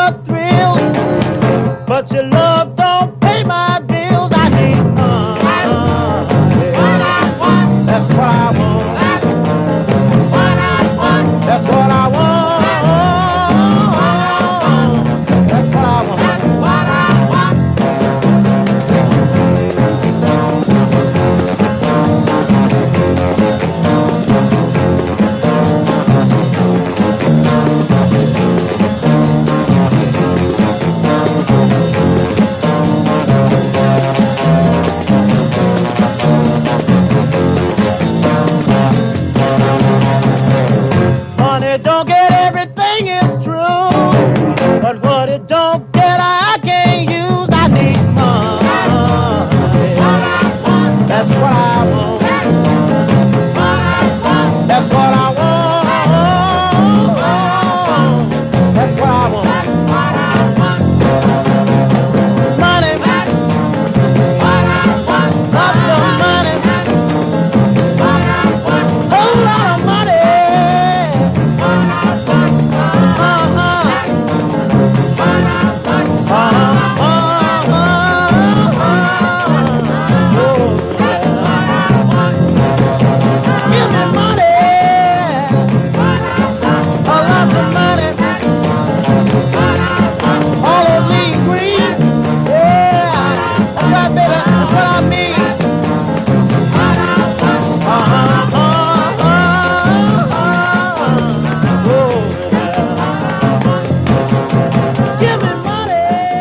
the thrill, but your love don't pay my bills. I need money. That's what I want. That's what I want. That's what I want. Money don't get everything, it's true, but what it don't get I can't use. I need money. That's what I want. That's what I want. That's what I want. Money, lots of money, whole lot of money. Give me money, lots of money, all those leaves green, yeah, that's right, baby, that's what I mean. Give me money.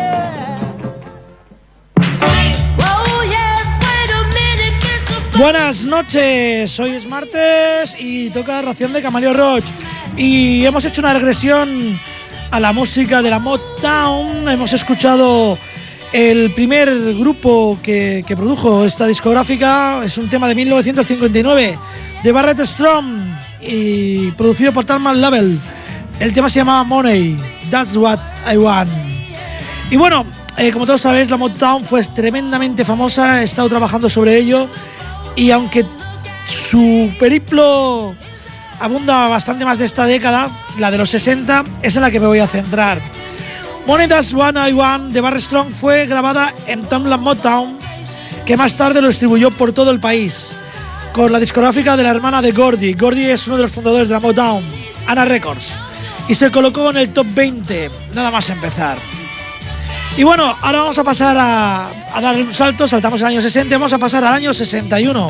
Buenas noches, hoy es martes y toca ración de Camaleo Roach y hemos hecho una regresión a la música de la Motown. Hemos escuchado el primer grupo que produjo esta discográfica, es un tema de 1959 de Barrett Strong y producido por Tharman Label. El tema se llamaba Money, That's What I Want. Y bueno, como todos sabéis, la Motown fue tremendamente famosa, he estado trabajando sobre ello y aunque su periplo abunda bastante más de esta década, la de los 60, es en la que me voy a centrar. Money That's What I Want de Barrett Strong fue grabada en Tamla Motown, que más tarde lo distribuyó por todo el país, con la discográfica de la hermana de Gordy. Gordy es uno de los fundadores de la Motown, Anna Records, y se colocó en el top 20, nada más empezar. Y bueno, ahora vamos a pasar a dar un salto, saltamos al año 60, vamos a pasar al año 61,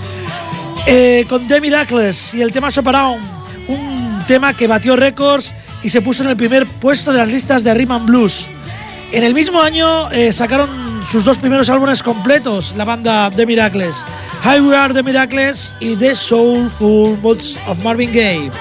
con The Miracles y el tema Shop Around, un tema que batió récords y se puso en el primer puesto de las listas de Rhythm and Blues. En el mismo año sacaron sus dos primeros álbumes completos, la banda The Miracles, How We Are The Miracles y The Soulful Moods of Marvin Gaye.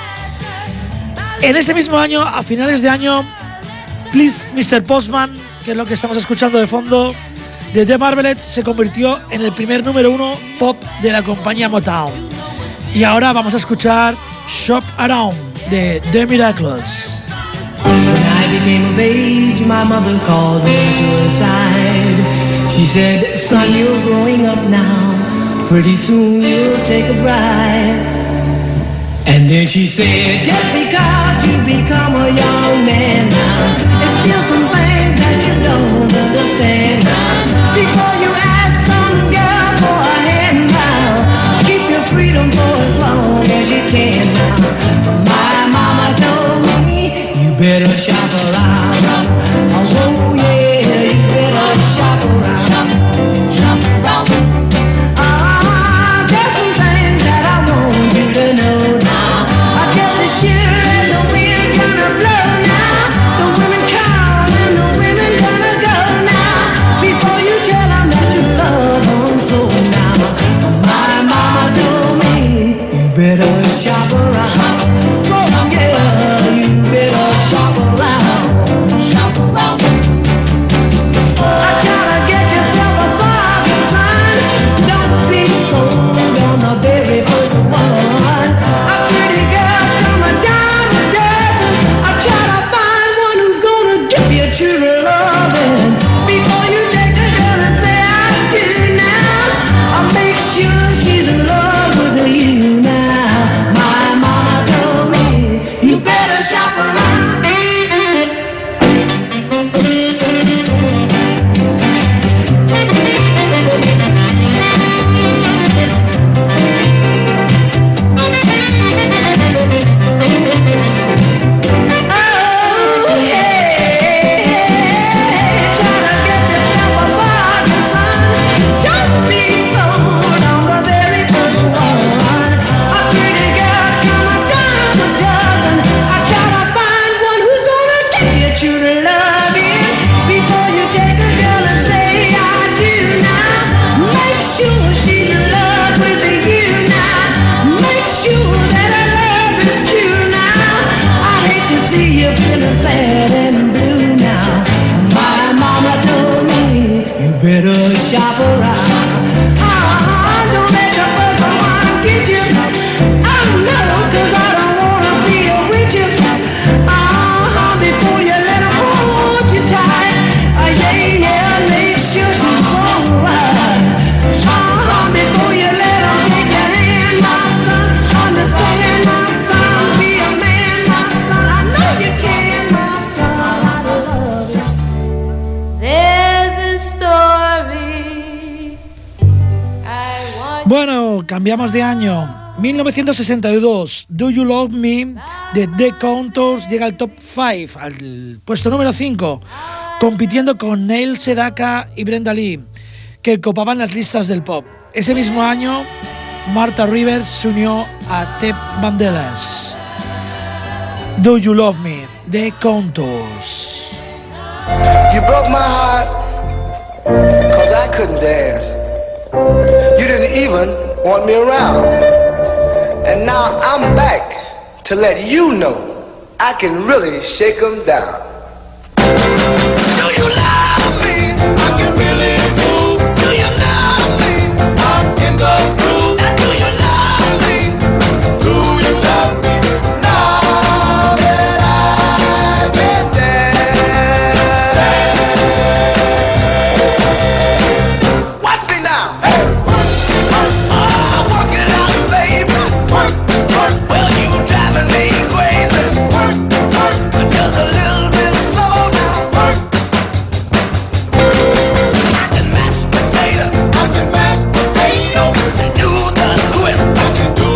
En ese mismo año, a finales de año, Please Mr. Postman, que es lo que estamos escuchando de fondo, de The Marvelettes, se convirtió en el primer número 1 pop de la compañía Motown. Y ahora vamos a escuchar Shop Around de The Miracles. When I became of age, my mother called me to her side. She said, son, you're growing up now. Pretty soon you'll take a bride. And then she said, just because you become a young man now, there's still some things that you don't understand. Before you ask some girl for a hand now, keep your freedom for as long as you can now. My mama told me, you better shop around. Oh yeah, you better shop around. Shop around. There's some things that I want you to know now. Just as sure as the wind's gonna blow now, the women Bueno, cambiamos de año. 1962, Do You Love Me de The Contours llega al top 5, al puesto número 5, compitiendo con Neil Sedaka y Brenda Lee, que copaban las listas del pop. Ese mismo año, Martha Rivers se unió a Ted Vandellas. Do You Love Me, The Contours. You broke my heart, 'cause I couldn't dance. You didn't even want me around. And now I'm back to let you know I can really shake 'em down. Do you love me? I can really move. Do you love me? I'm in the groove. Now do you love me? Do you love me? Now that I've been there. Watch me now. Hey. Work it out, baby. Work. Well, you driving me crazy. Work. Just a little bit slow now. Work. I can mash potato. And do the twist. Do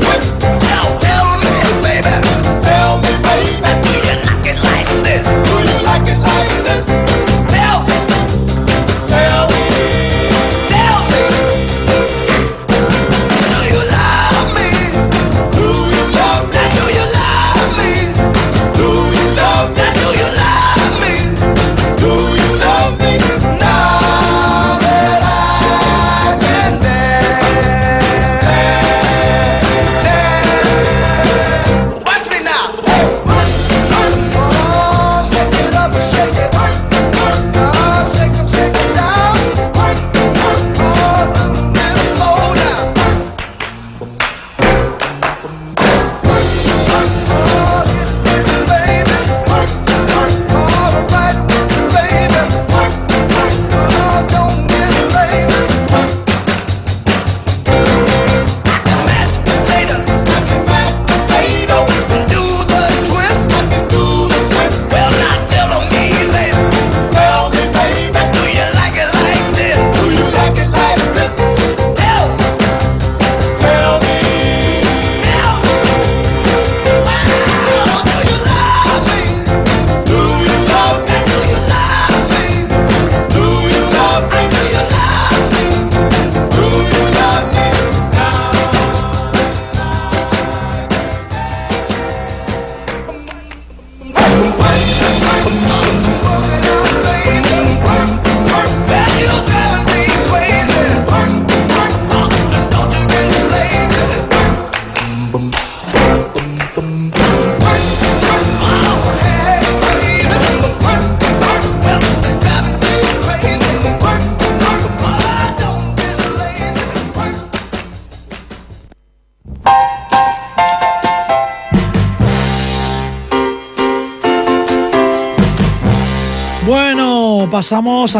Bueno, pasamos a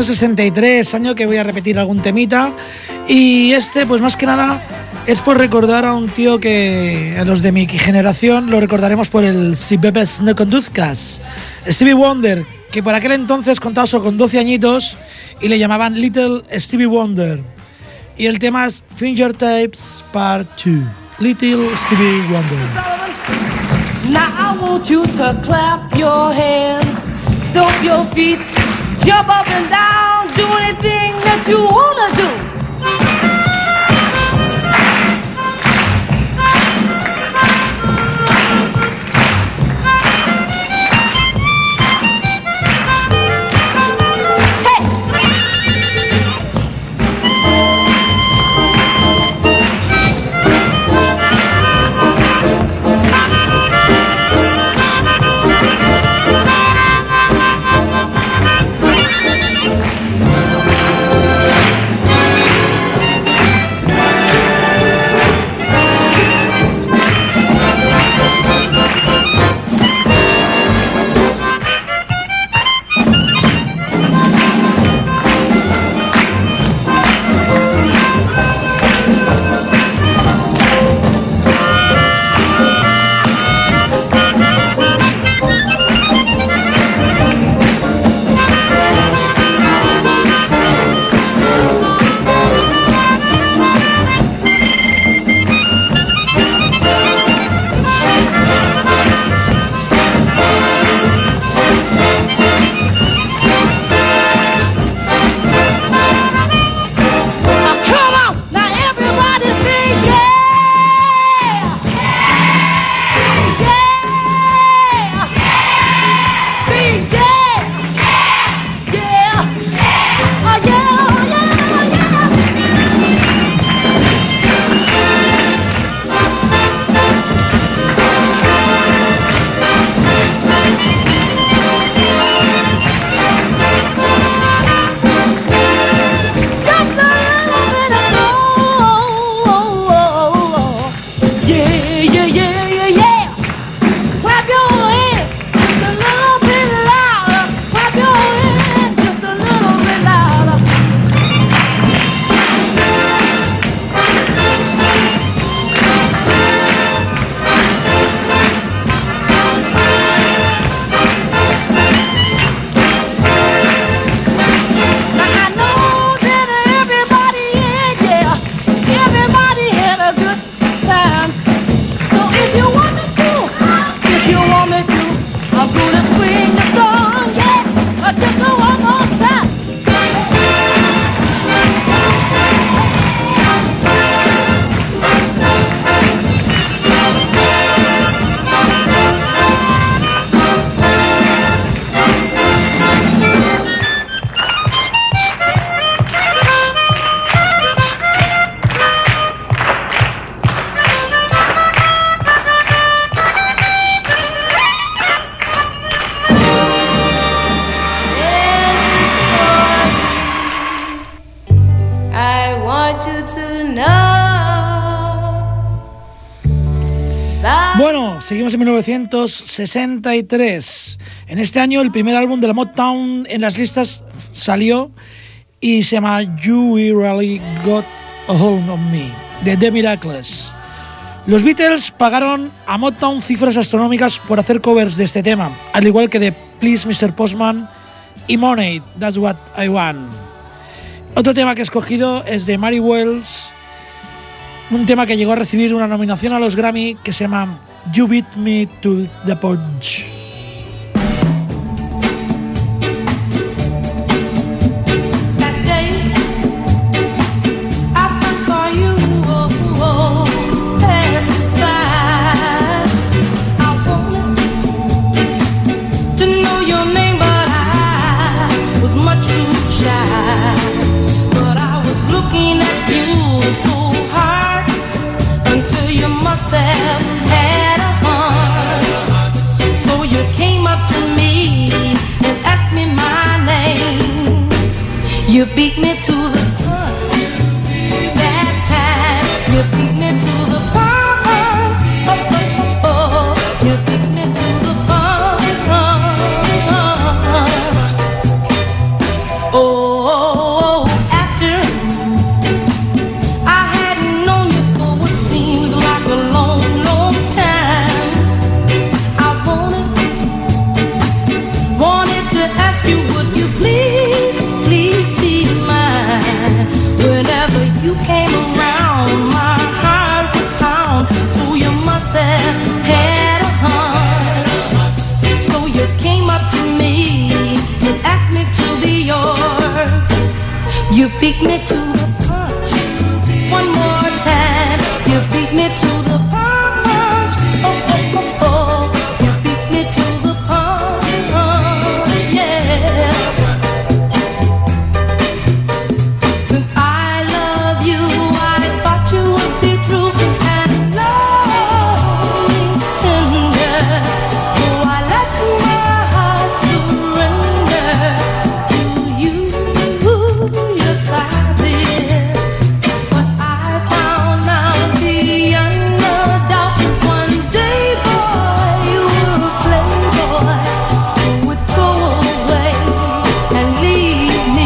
1963, año que voy a repetir algún temita. Y este, pues más que nada, es por recordar a un tío que a los de mi generación lo recordaremos por el Si bebes no conduzcas. Stevie Wonder, que por aquel entonces contaba con 12 añitos y le llamaban Little Stevie Wonder. Y el tema es Finger Tapes Part 2. Little Stevie Wonder. Now I want you to clap your hands, stomp your feet, jump up and down, do anything that you wanna do. seguimos en 1963. En este año el primer álbum de la Motown en las listas salió y se llama You Really Got a Hold on Me, de The Miracles. Los Beatles pagaron a Motown cifras astronómicas por hacer covers de este tema, al igual que de Please Mr. Postman y Money, That's What I Want. Otro tema que he escogido es de Mary Wells, un tema que llegó a recibir una nominación a los Grammy que se llama You Beat Me to the Punch. You beat me to the punch. That time you beat me to the punch. Oh, oh, oh, oh. You beat me to the punch. Oh, oh, oh. After I hadn't known you for what seems like a long, long time, I wanted to ask you, would you please be mine? Whenever you came around, my heart would pound. So you must have had a hunch. So you came up to me and asked me to be yours. You beat me to the punch. One more time. You beat me to the punch. Oh, oh, oh, oh. You beat me to the punch. Yeah. Since I love you, I thought you would be true and love me tender. So I let my heart surrender to you. Yes, I did. But I found out beyond a doubt one day, boy, you were a playboy who would go away and leave me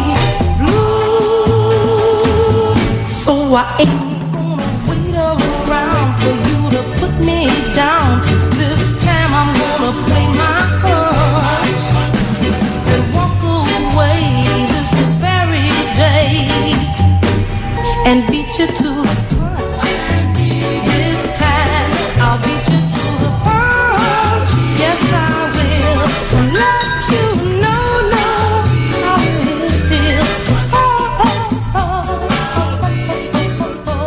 blue. So I ain't gonna wait around for you to put me down. This time I'm gonna play my hunch and walk away this very day and beat you to the punch. This time I'll beat you to the punch. Yes, I will. And let you know how it feels. Oh, oh, oh, oh, oh,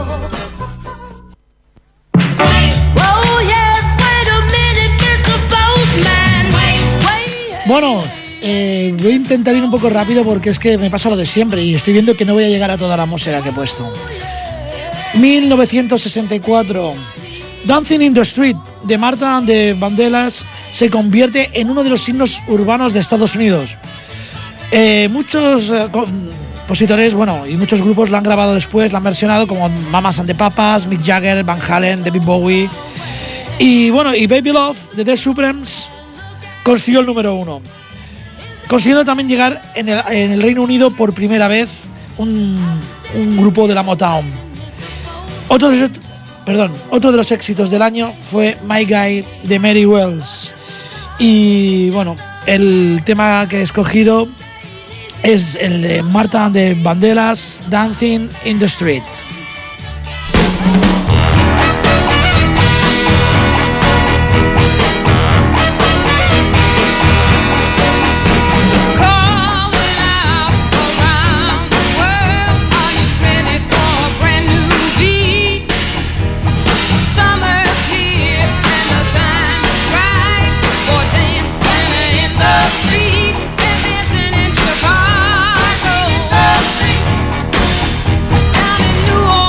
oh. Oh, yes, wait a minute, Mr. Postman. Wait. Bueno, voy a intentar ir un poco rápido porque es que me pasa lo de siempre y estoy viendo que no voy a llegar a toda la música que he puesto. 1964, Dancing in the Street de Martha and the Vandellas se convierte en uno de los himnos urbanos de Estados Unidos. Muchos compositores, bueno, y muchos grupos la han grabado después, la han versionado, como Mamas and the Papas, Mick Jagger, Van Halen, David Bowie. Y bueno, y Baby Love de The Supremes consiguió el número 1. Consiguiendo también llegar en el Reino Unido por primera vez un grupo de la Motown. Otro de los éxitos del año fue My Guy de Mary Wells. Y bueno, el tema que he escogido es el de Martha and the Vandellas, Dancing in the Street. New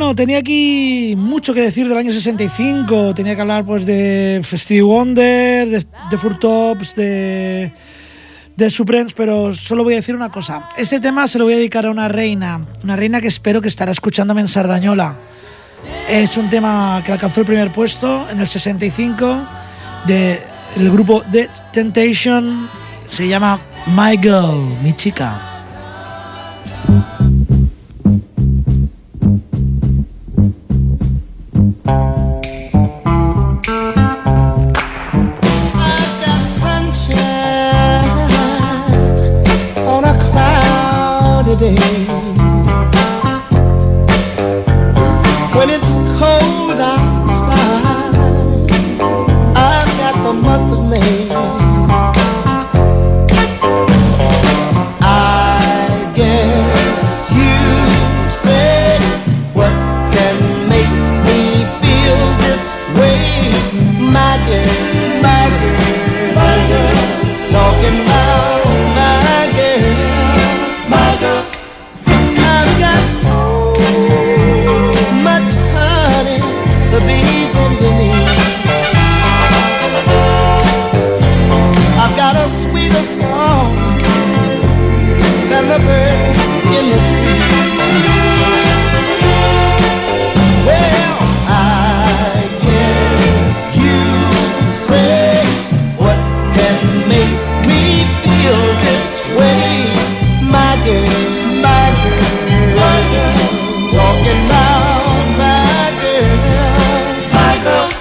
Bueno, tenía aquí mucho que decir del año 65. Tenía que hablar pues de Stevie Wonder, de Four Tops, de Supremes, pero solo voy a decir una cosa. Este tema se lo voy a dedicar a una reina que espero que estará escuchándome en Sardañola. Es un tema que alcanzó el primer puesto en el 65 del grupo The Temptation. Se llama My Girl, mi chica. Day. When it's cold outside, I've got the month of May. I guess you say, what can make me feel this way? My girl, my girl, my girl, talking about my girl, my girl. I've got so much honey, the bees envy me. I've got a sweeter song than the birds in the trees. Well, I guess you say, what can make me feel this way? My girl, my girl, my girl, talking about my girl, my girl.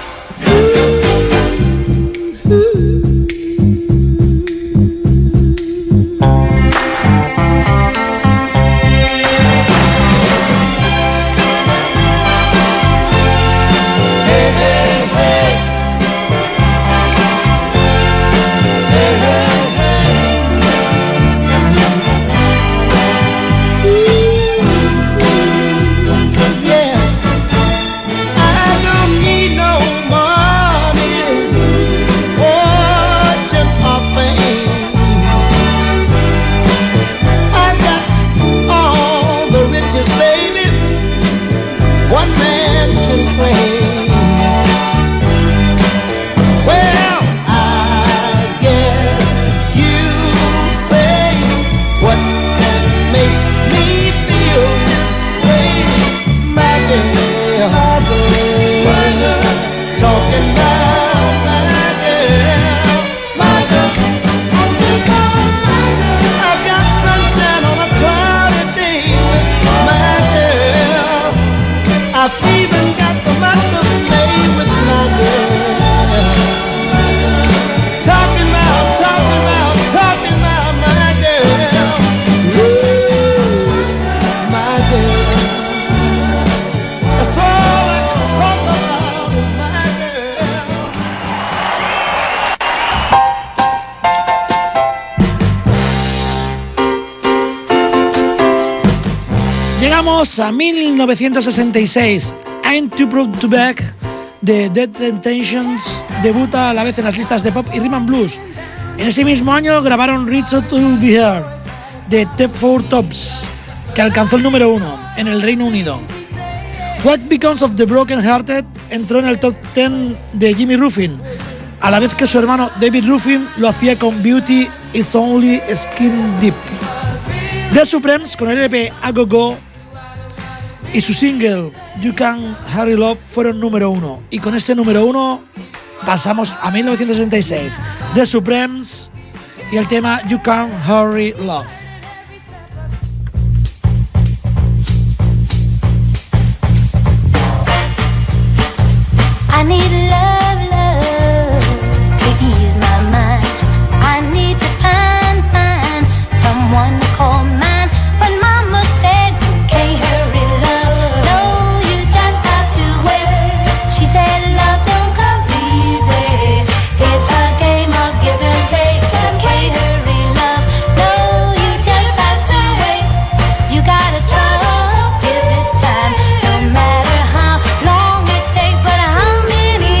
A 1966, I'm Too Proud to Beg de The Temptations debuta a la vez en las listas de pop y rhythm and blues. En ese mismo año grabaron Reach Out to Be Here de The Four Tops, que alcanzó el número 1 en el Reino Unido. What Becomes of the Broken Hearted entró en el top 10 de Jimmy Ruffin, a la vez que su hermano David Ruffin lo hacía con Beauty is Only Skin Deep. The Supremes con el LP A Go Go y su single You Can Hurry Love fueron número 1. Y con este número 1 pasamos a 1966. The Supremes y el tema You Can Hurry Love. I need love, love to ease my mind. I need to find someone to call mine. But mama said you can't hurry love. No, you just have to wait. She said love don't come easy. It's a game of give and take. You can't hurry love. No, you just have to wait. You gotta trust, give it time. No matter how long it takes, but how many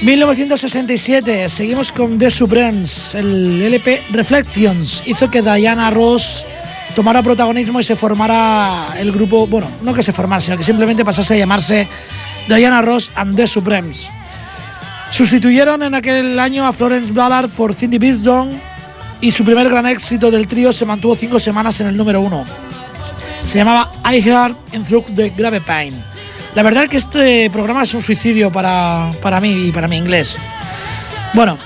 1967, seguimos con The Supremes. El LP Reflections hizo que Diana Ross tomara protagonismo y se formara el grupo, bueno, no que se formara, sino que simplemente pasase a llamarse Diana Ross and The Supremes. Sustituyeron en aquel año a Florence Ballard por Cindy Beardon y su primer gran éxito del trío se mantuvo 5 semanas en el número 1. Se llamaba I Heard in Through the Grapevine. La verdad es que este programa es un suicidio para mí y para mi inglés. Bueno,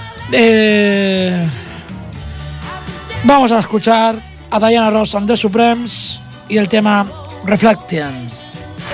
vamos a escuchar a Diana Ross and The Supremes y el tema Reflections.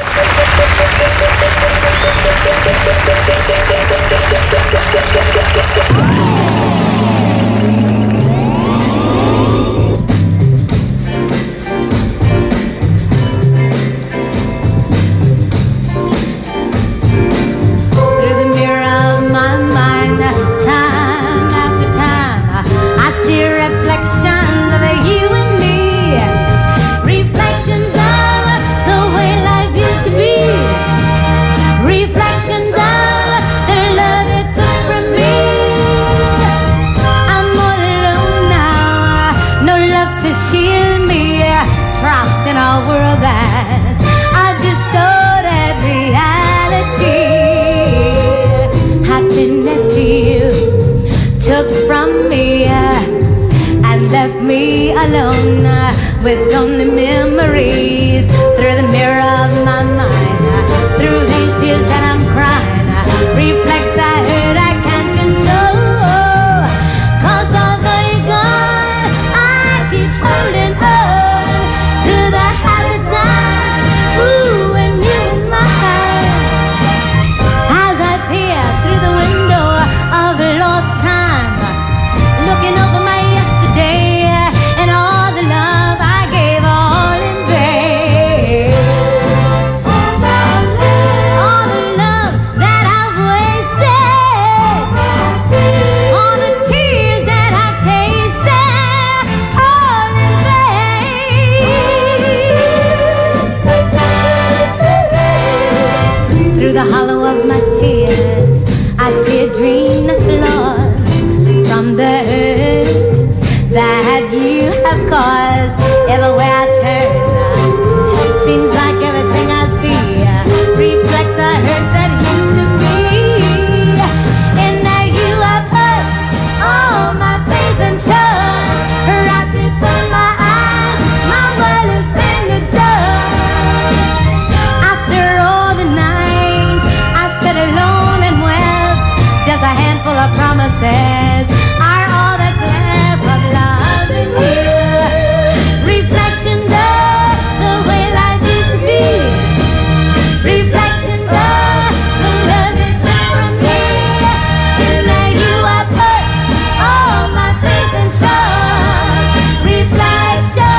Me alone with only memories through the mirror of my mind, through these tears that I'm crying, reflex I heard I can't control, 'cause although you're gone I keep holding on to the happy time, ooh, when you in my heart, as I peer through the window of lost time, looking over my yesterday. The hollow of my tears, I see a dream that's lost from the hurt that you have caused. Everywhere I turn, seems like everything I see reflects the hurt that used to be. And now you have put all my faith and trust right before my eyes. My world is turned to dust. After all the night alone and well, just a handful of promises are all that's left of loving you. Reflections of the way life used to be. Reflections of the love you took from me. And now you have put all my faith and trust. Reflections.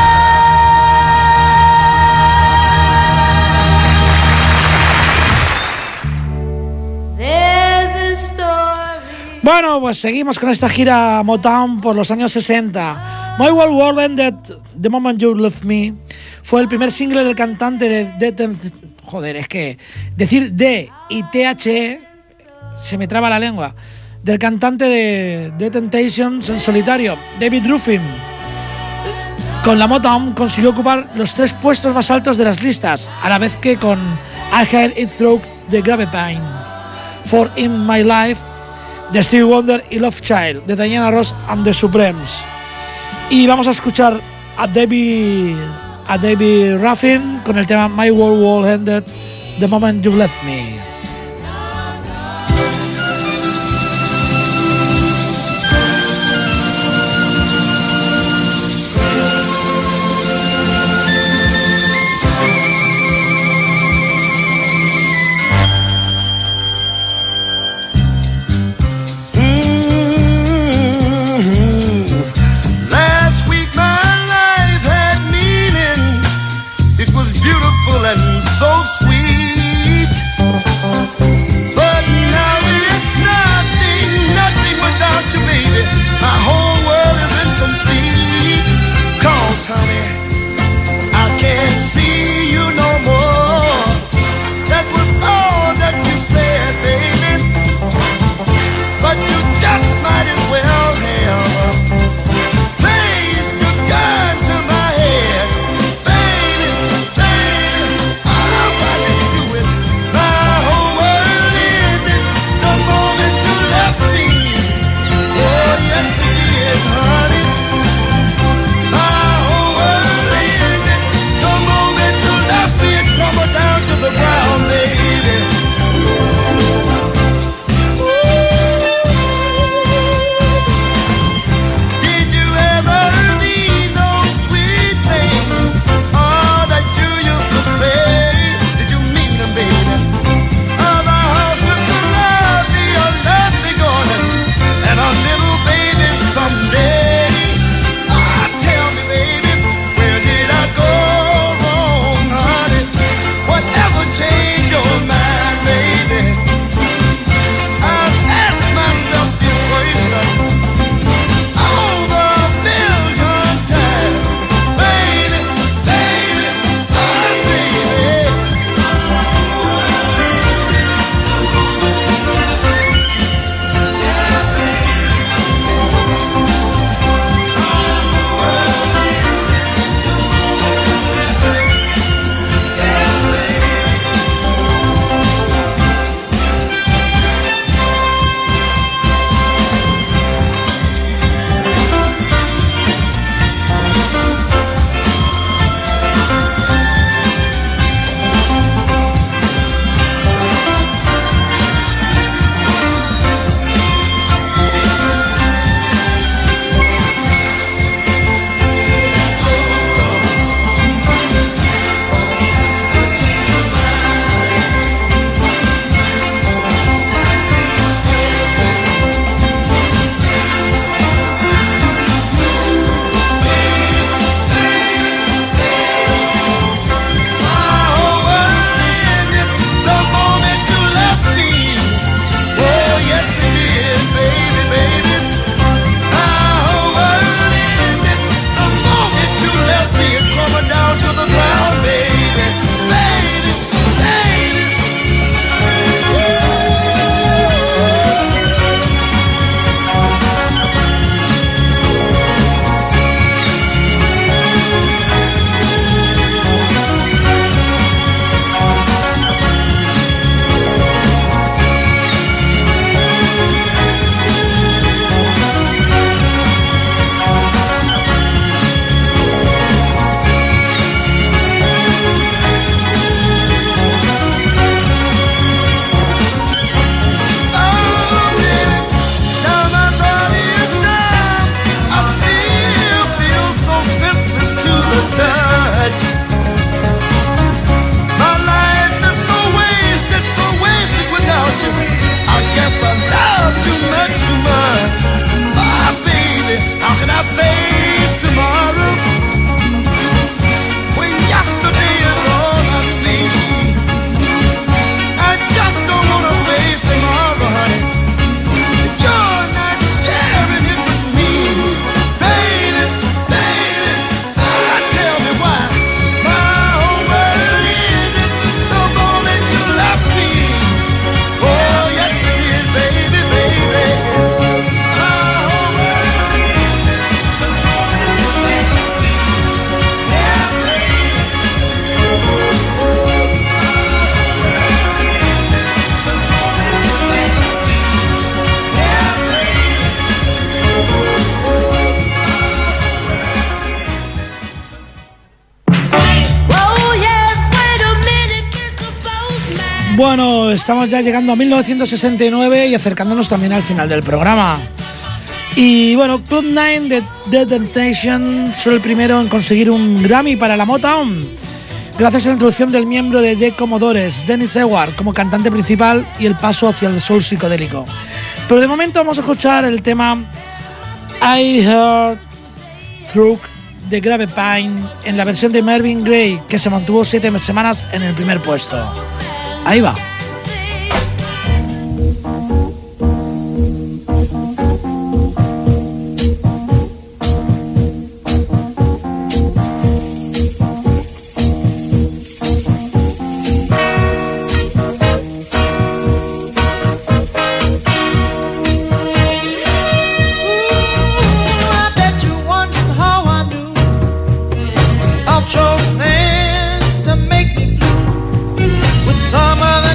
Bueno, pues seguimos con esta gira Motown por los años 60. My World Ended the Moment You Left Me fue el primer single del cantante de joder, es que decir D y THE se me traba la lengua. Del cantante de The Temptations en solitario, David Ruffin. Con la Motown consiguió ocupar los 3 puestos más altos de las listas, a la vez que con I Heard It Through the Grapevine, For In My Life de Stevie Wonder y Love Child de Diana Ross and The Supremes. Y vamos a escuchar a David Ruffin con el tema My World Ended the Moment You Left Me. And so sweet. Bueno, estamos ya llegando a 1969 y acercándonos también al final del programa. Y bueno, Club 9 de The Temptations fue el primero en conseguir un Grammy para la Motown, gracias a la introducción del miembro de The Commodores, Dennis Ewart, como cantante principal y el paso hacia el soul psicodélico. Pero de momento vamos a escuchar el tema I Heard Through de Grave Pine en la versión de Marvin Gaye, que se mantuvo 7 semanas en el primer puesto. Ahí va. Some other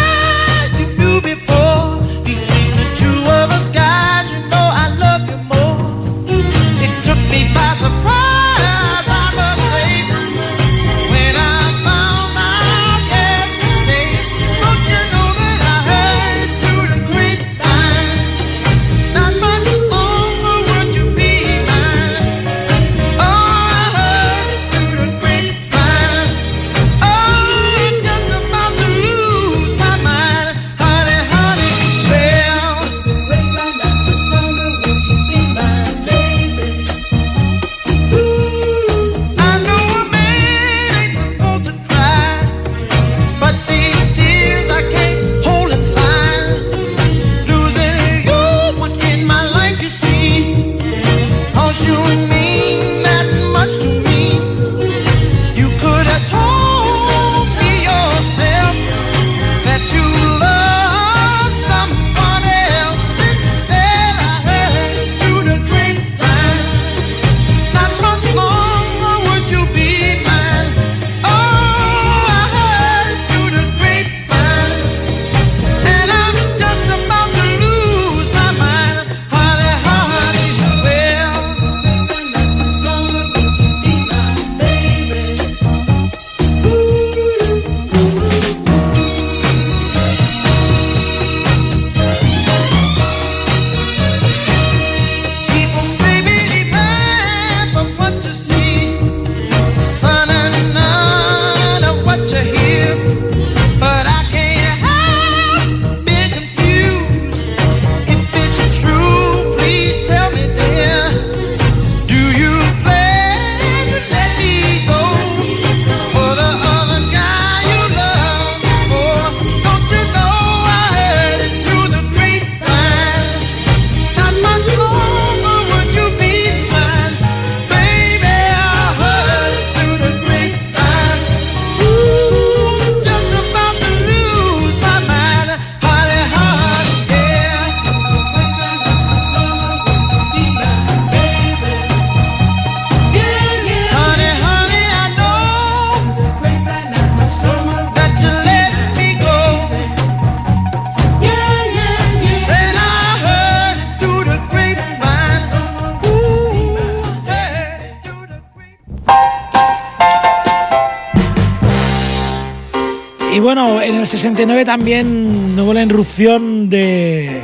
Y bueno, en el 69 también hubo la irrupción de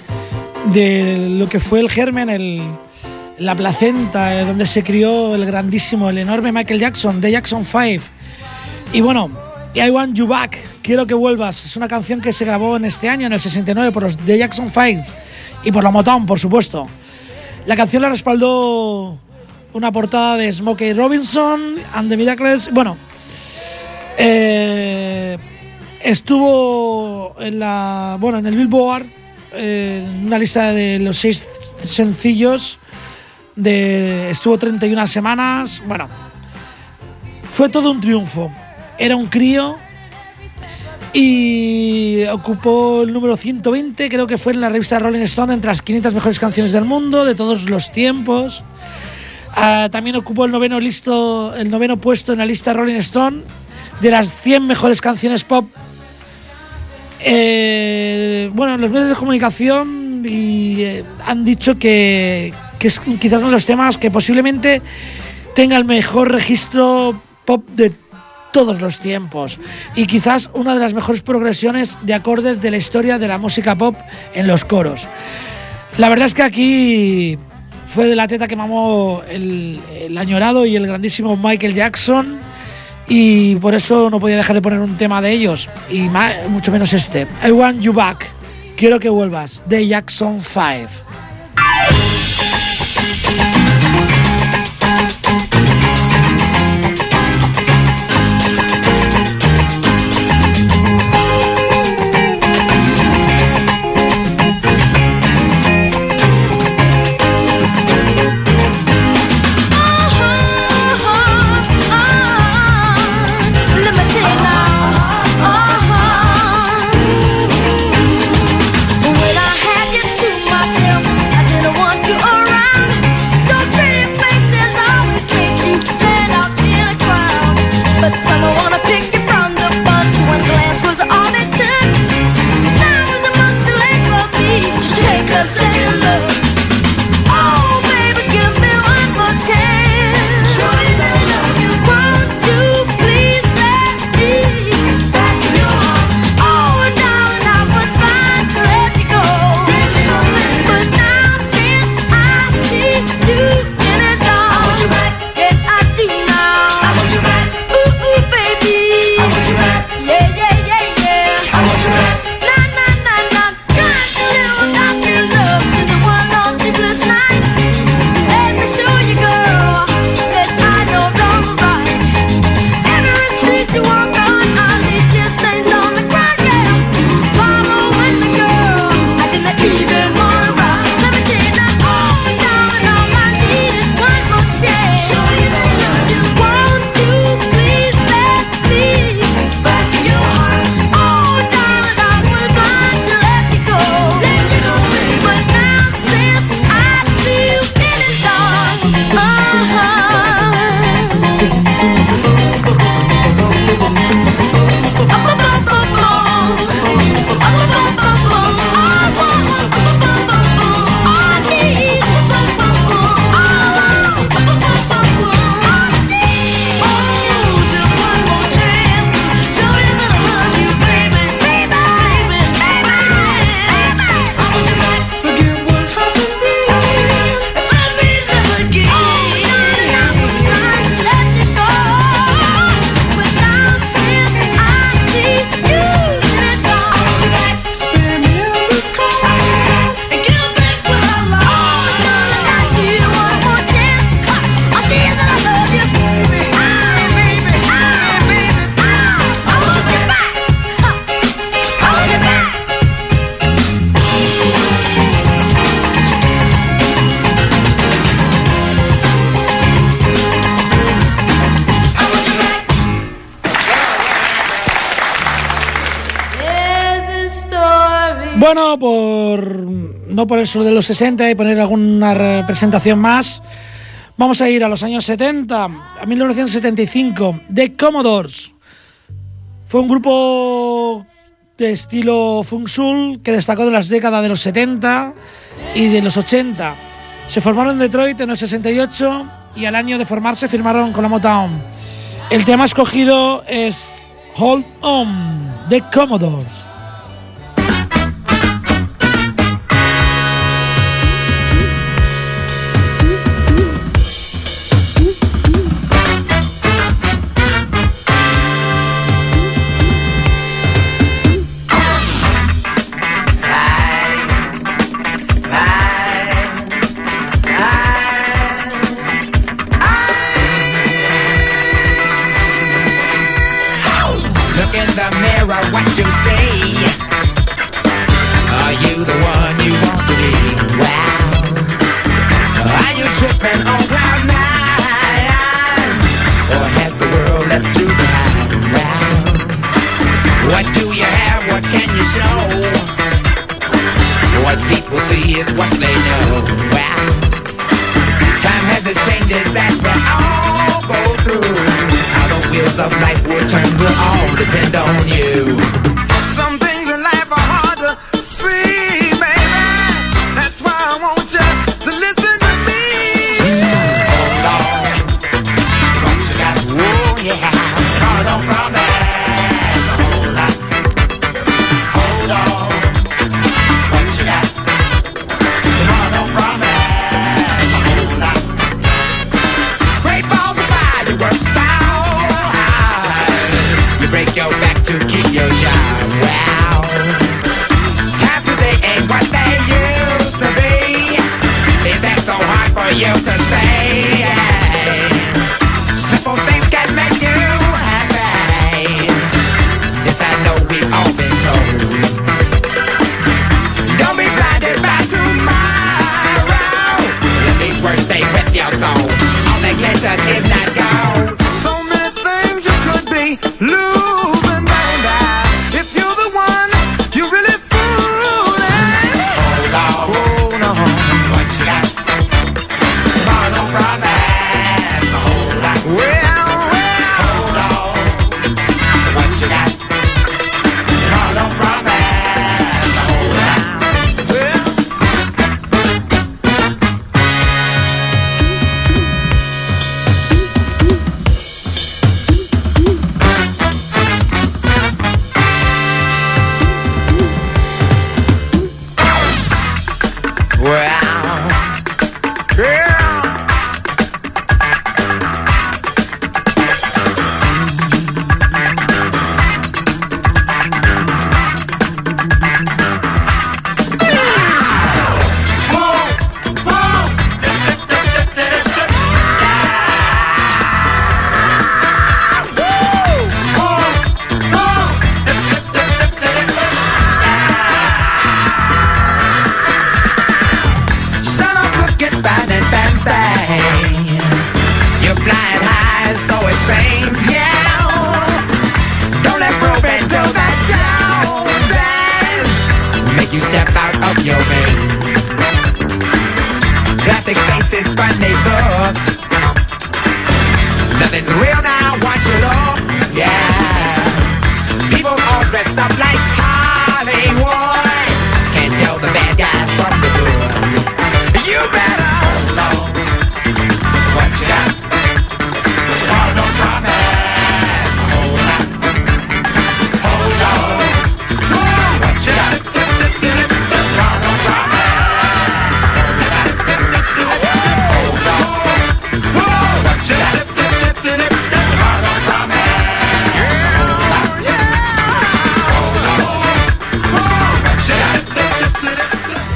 lo que fue el germen, la placenta, donde se crió el grandísimo, el enorme Michael Jackson, de Jackson 5. Y bueno, I Want You Back, Quiero que vuelvas, es una canción que se grabó en este año, en el 69, por los The Jackson 5 y por la Motown, por supuesto. La canción la respaldó una portada de Smokey Robinson and the Miracles. Bueno, estuvo en el Billboard, en una lista de los 6 sencillos, estuvo 31 semanas. Bueno, fue todo un triunfo. Era un crío y ocupó el número 120, creo que fue en la revista Rolling Stone, entre las 500 mejores canciones del mundo de todos los tiempos. También ocupó el noveno puesto en la lista Rolling Stone de las 100 mejores canciones pop. Los medios de comunicación han dicho que es quizás uno de los temas que posiblemente tenga el mejor registro pop de todos los tiempos y quizás una de las mejores progresiones de acordes de la historia de la música pop en los coros. La verdad es que aquí fue de la teta que mamó el añorado y el grandísimo Michael Jackson, y por eso no podía dejar de poner un tema de ellos, y mucho menos este, I Want You Back, quiero que vuelvas, de Jackson 5. Bueno, no por eso de los 60 y poner alguna representación más, vamos a ir a los años 70, a 1975, The Commodores. Fue un grupo de estilo funk soul que destacó de las décadas de los 70 y de los 80. Se formaron en Detroit en el 68 y al año de formarse firmaron con la Motown. El tema escogido es Hold On, The Commodores. What you say? Are you the one you want to be? Wow. Are you tripping on cloud nine? Or has the world left you behind? Wow. What do you have? What can you show? What people see is what they know. Wow. Time has its changes that we all go through. How the wheels of life will turn will all depend on you. Some things in life are hard to see, baby. That's why I want you to listen to me. Oh Lord, what you got? Oh yeah. Hard on.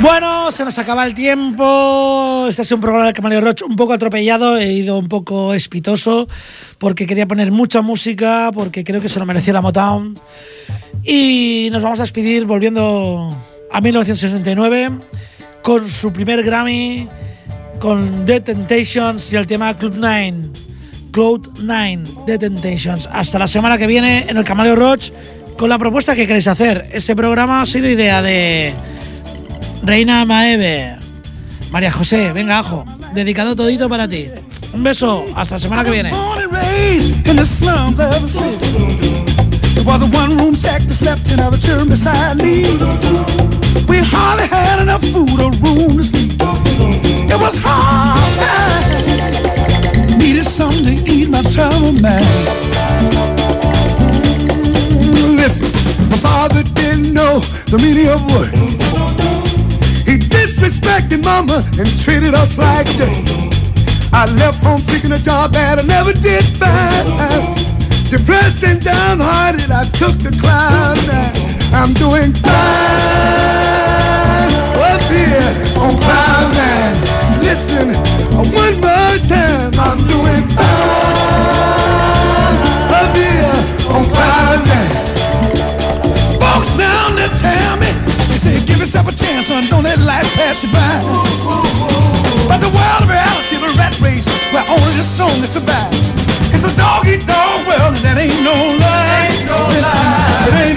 Bueno, se nos acaba el tiempo. Este ha sido un programa de Camaleo Roach un poco atropellado. He ido un poco espitoso porque quería poner mucha música, porque creo que se lo merecía la Motown. Y nos vamos a despedir volviendo a 1969 con su primer Grammy, con The Temptations y el tema Cloud 9, The Temptations. Hasta la semana que viene en el Camaleo Roach con la propuesta que queréis hacer. Este programa ha sido idea de Reina Maeve, María José, venga, ajo, dedicado todito para ti. Un beso, hasta la semana que viene. Was a one-room shack that slept in other children beside me. We hardly had enough food or room to sleep. It was hard time. Needed something to eat my trouble man. Listen, my father didn't know the meaning of work. He disrespected mama and treated us like dirt. I left home seeking a job that I never did find. Depressed and downhearted, I took the cloud nine. I'm doing fine up here on cloud nine. Listen, one more time, I'm doing fine up here on cloud nine. Folks down there tell me, they say give yourself a chance, son, don't let life pass you by. But the world of reality, the rat race, where only the strongest survive. It's a dog-eat-dog world and that ain't no lie. Listen, it ain't